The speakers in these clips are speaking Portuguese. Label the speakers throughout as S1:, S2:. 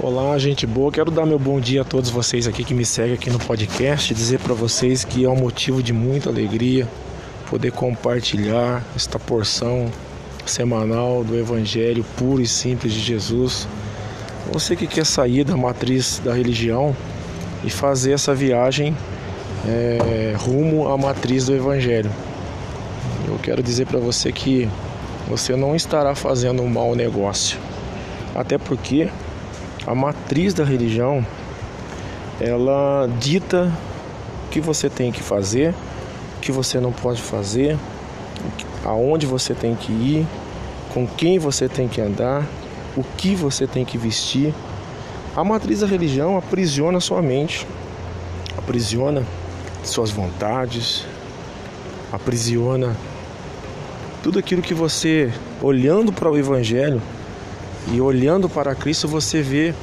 S1: Olá, gente boa. Quero dar meu bom dia a todos vocês aqui que me seguem aqui no podcast, dizer para vocês que é um motivo de muita alegria poder compartilhar esta porção semanal do Evangelho puro e simples de Jesus. Você que quer sair da matriz da religião e fazer essa viagem rumo à matriz do Evangelho. Eu quero dizer para você que você não estará fazendo um mau negócio. Até porque a matriz da religião, ela dita o que você tem que fazer, o que você não pode fazer, aonde você tem que ir, com quem você tem que andar, o que você tem que vestir. A matriz da religião aprisiona sua mente, aprisiona suas vontades, aprisiona tudo aquilo que você, olhando para o Evangelho e olhando para Cristo, você vê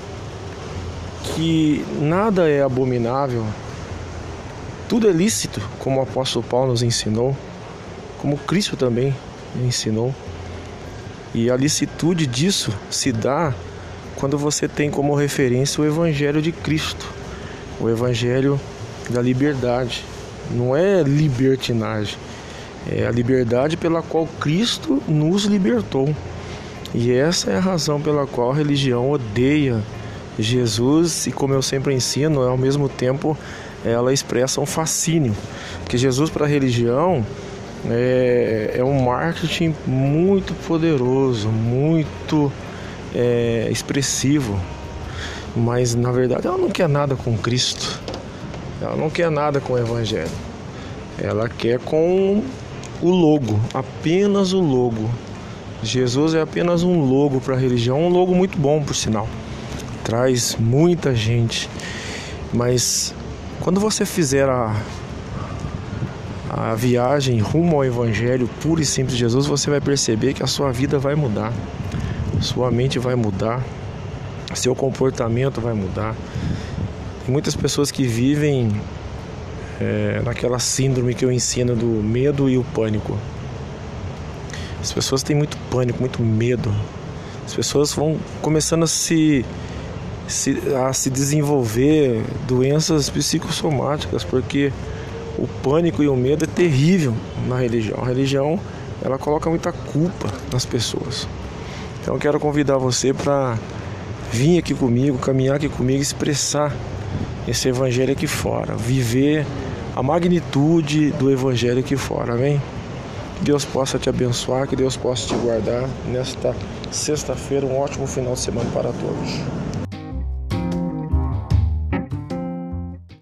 S1: que nada é abominável, tudo é lícito, como o apóstolo Paulo nos ensinou, como Cristo também ensinou. E a licitude disso se dá quando você tem como referência o Evangelho de Cristo, o Evangelho da liberdade. Não é libertinagem, é a liberdade pela qual Cristo nos libertou. E essa é a razão pela qual a religião odeia Jesus, e como eu sempre ensino, ao mesmo tempo ela expressa um fascínio, porque Jesus para a religião é um marketing muito poderoso, muito expressivo, mas na verdade ela não quer nada com Cristo, ela não quer nada com o Evangelho, ela quer com o logo, apenas o logo. Jesus é apenas um logo para a religião, um logo muito bom, por sinal, traz muita gente, mas quando você fizer a viagem rumo ao Evangelho puro e simples de Jesus, você vai perceber que a sua vida vai mudar, sua mente vai mudar, seu comportamento vai mudar. Tem muitas pessoas que vivem naquela síndrome que eu ensino do medo e o pânico. As pessoas têm muito pânico, muito medo. As pessoas vão começando a se desenvolver doenças psicossomáticas, porque o pânico e o medo é terrível na religião. A religião, ela coloca muita culpa nas pessoas. Então eu quero convidar você para vir aqui comigo, caminhar aqui comigo, expressar esse Evangelho aqui fora, viver a magnitude do Evangelho aqui fora, amém? Que Deus possa te abençoar, que Deus possa te guardar nesta sexta-feira. Um ótimo final de semana para todos.